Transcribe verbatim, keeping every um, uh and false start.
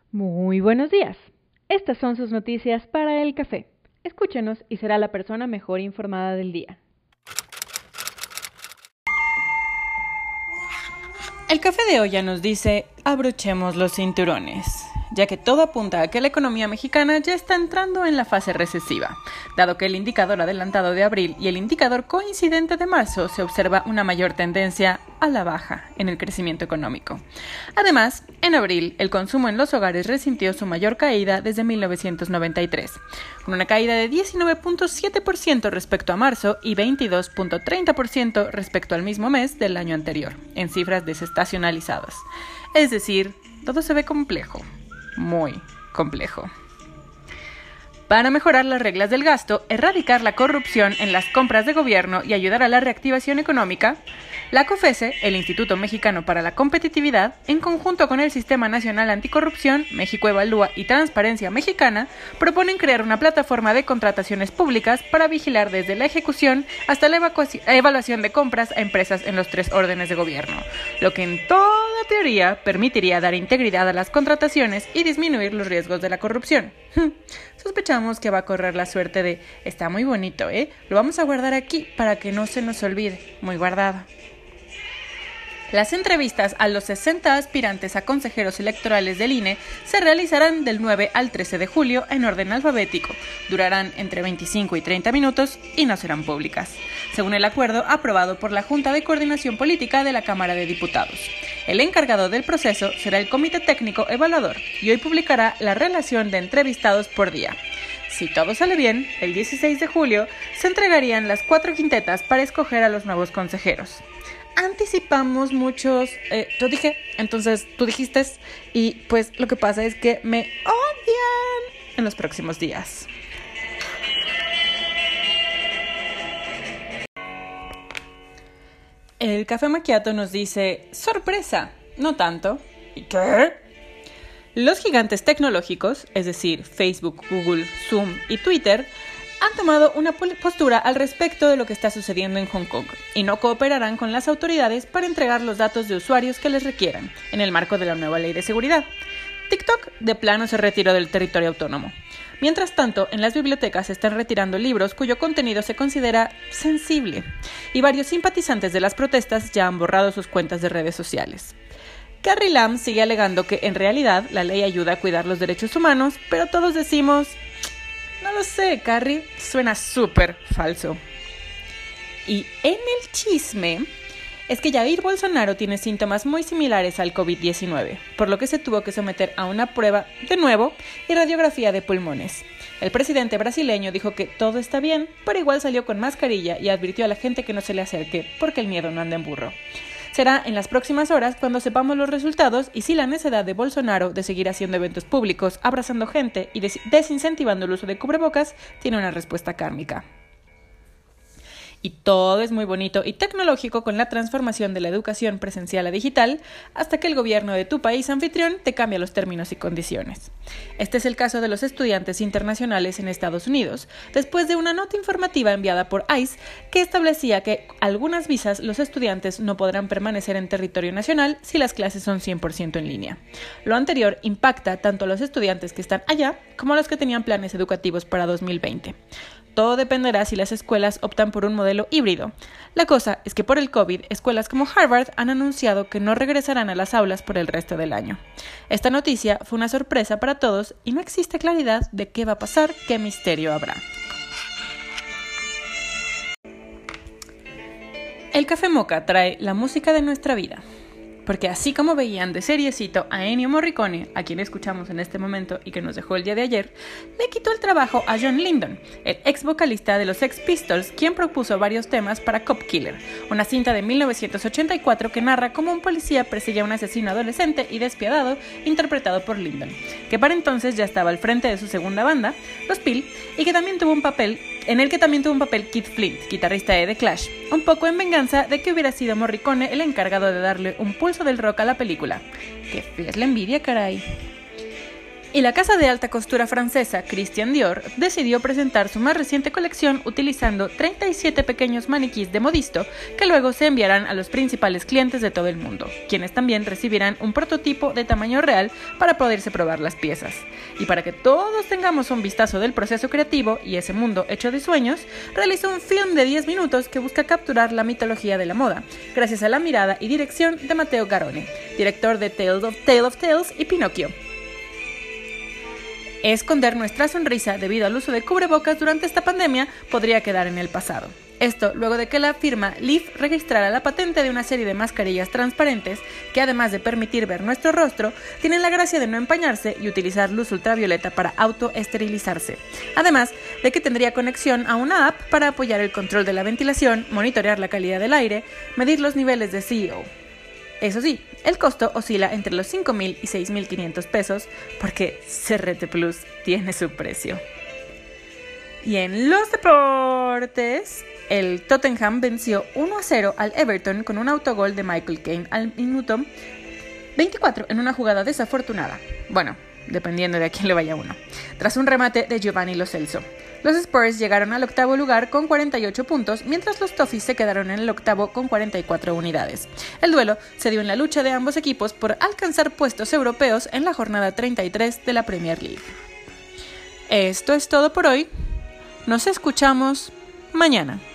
Muy buenos días. Estas son sus noticias para el café. Escúchenos y será la persona mejor informada del día. El café de hoy ya nos dice, abrochemos los cinturones, ya que todo apunta a que la economía mexicana ya está entrando en la fase recesiva, dado que el indicador adelantado de abril y el indicador coincidente de marzo se observa una mayor tendencia a la baja en el crecimiento económico. Además, en abril, el consumo en los hogares resintió su mayor caída desde mil novecientos noventa y tres, con una caída de diecinueve punto siete por ciento respecto a marzo y veintidós punto treinta por ciento respecto al mismo mes del año anterior, en cifras desestacionalizadas. Es decir, todo se ve complejo. Muy complejo. Para mejorar las reglas del gasto, erradicar la corrupción en las compras de gobierno y ayudar a la reactivación económica, la COFESE, el Instituto Mexicano para la Competitividad, en conjunto con el Sistema Nacional Anticorrupción, México Evalúa y Transparencia Mexicana, proponen crear una plataforma de contrataciones públicas para vigilar desde la ejecución hasta la evaluación de compras a empresas en los tres órdenes de gobierno, lo que en toda teoría permitiría dar integridad a las contrataciones y disminuir los riesgos de la corrupción. Sospechamos que va a correr la suerte de, está muy bonito, ¿eh? Lo vamos a guardar aquí para que no se nos olvide, muy guardado. Las entrevistas a los sesenta aspirantes a consejeros electorales del I N E se realizarán del nueve al trece de julio en orden alfabético, durarán entre veinticinco y treinta minutos y no serán públicas, según el acuerdo aprobado por la Junta de Coordinación Política de la Cámara de Diputados. El encargado del proceso será el Comité Técnico Evaluador y hoy publicará la relación de entrevistados por día. Si todo sale bien, el dieciséis de julio se entregarían las cuatro quintetas para escoger a los nuevos consejeros. Anticipamos muchos, eh, yo dije, entonces tú dijiste, y pues lo que pasa es que me odian en los próximos días. El Café Macchiato nos dice, sorpresa, no tanto. ¿Y qué? Los gigantes tecnológicos, es decir, Facebook, Google, Zoom y Twitter, han tomado una postura al respecto de lo que está sucediendo en Hong Kong y no cooperarán con las autoridades para entregar los datos de usuarios que les requieran, en el marco de la nueva ley de seguridad. TikTok de plano se retiró del territorio autónomo. Mientras tanto, en las bibliotecas se están retirando libros cuyo contenido se considera sensible, y varios simpatizantes de las protestas ya han borrado sus cuentas de redes sociales. Carrie Lam sigue alegando que en realidad la ley ayuda a cuidar los derechos humanos, pero todos decimos, no lo sé, Carrie, suena súper falso. Y en el chisme es que Jair Bolsonaro tiene síntomas muy similares al covid diecinueve, por lo que se tuvo que someter a una prueba de nuevo y radiografía de pulmones. El presidente brasileño dijo que todo está bien, pero igual salió con mascarilla y advirtió a la gente que no se le acerque, porque el miedo no anda en burro. Será en las próximas horas cuando sepamos los resultados y si la necedad de Bolsonaro de seguir haciendo eventos públicos, abrazando gente y des- desincentivando el uso de cubrebocas tiene una respuesta kármica. Y todo es muy bonito y tecnológico con la transformación de la educación presencial a digital hasta que el gobierno de tu país anfitrión te cambia los términos y condiciones. Este es el caso de los estudiantes internacionales en Estados Unidos, después de una nota informativa enviada por I C E que establecía que algunas visas los estudiantes no podrán permanecer en territorio nacional si las clases son cien por ciento en línea. Lo anterior impacta tanto a los estudiantes que están allá como a los que tenían planes educativos para dos mil veinte. Todo dependerá si las escuelas optan por un modelo híbrido. La cosa es que por el COVID, escuelas como Harvard han anunciado que no regresarán a las aulas por el resto del año. Esta noticia fue una sorpresa para todos y no existe claridad de qué va a pasar, qué misterio habrá. El Café Mocha trae la música de nuestra vida. Porque así como veían de seriecito a Ennio Morricone, a quien escuchamos en este momento y que nos dejó el día de ayer, le quitó el trabajo a John Lydon, el ex vocalista de los Sex Pistols, quien propuso varios temas para Cop Killer, una cinta de mil novecientos ochenta y cuatro que narra cómo un policía persigue a un asesino adolescente y despiadado interpretado por Lydon, que para entonces ya estaba al frente de su segunda banda, los Peel, y que también tuvo un papel en el que también tuvo un papel Keith Flint, guitarrista de The Clash, un poco en venganza de que hubiera sido Morricone el encargado de darle un pulso del rock a la película. ¡Qué fea es la envidia, caray! Y la casa de alta costura francesa Christian Dior decidió presentar su más reciente colección utilizando treinta y siete pequeños maniquís de modisto que luego se enviarán a los principales clientes de todo el mundo, quienes también recibirán un prototipo de tamaño real para poderse probar las piezas. Y para que todos tengamos un vistazo del proceso creativo y ese mundo hecho de sueños, realizó un film de diez minutos que busca capturar la mitología de la moda, gracias a la mirada y dirección de Matteo Garrone, director de Tales of, Tale of Tales y Pinocchio. Esconder nuestra sonrisa debido al uso de cubrebocas durante esta pandemia podría quedar en el pasado. Esto luego de que la firma Leaf registrara la patente de una serie de mascarillas transparentes que, además de permitir ver nuestro rostro, tienen la gracia de no empañarse y utilizar luz ultravioleta para autoesterilizarse. Además de que tendría conexión a una app para apoyar el control de la ventilación, monitorear la calidad del aire, medir los niveles de C E O. Eso sí, el costo oscila entre los cinco mil y seis mil quinientos pesos porque C R T Plus tiene su precio. Y en los deportes, el Tottenham venció uno a cero al Everton con un autogol de Michael Caine al minuto veinticuatro en una jugada desafortunada. Bueno, dependiendo de a quién le vaya uno. Tras un remate de Giovanni Lo Celso. Los Spurs llegaron al octavo lugar con cuarenta y ocho puntos, mientras los Toffees se quedaron en el octavo con cuarenta y cuatro unidades. El duelo se dio en la lucha de ambos equipos por alcanzar puestos europeos en la jornada treinta y tres de la Premier League. Esto es todo por hoy. Nos escuchamos mañana.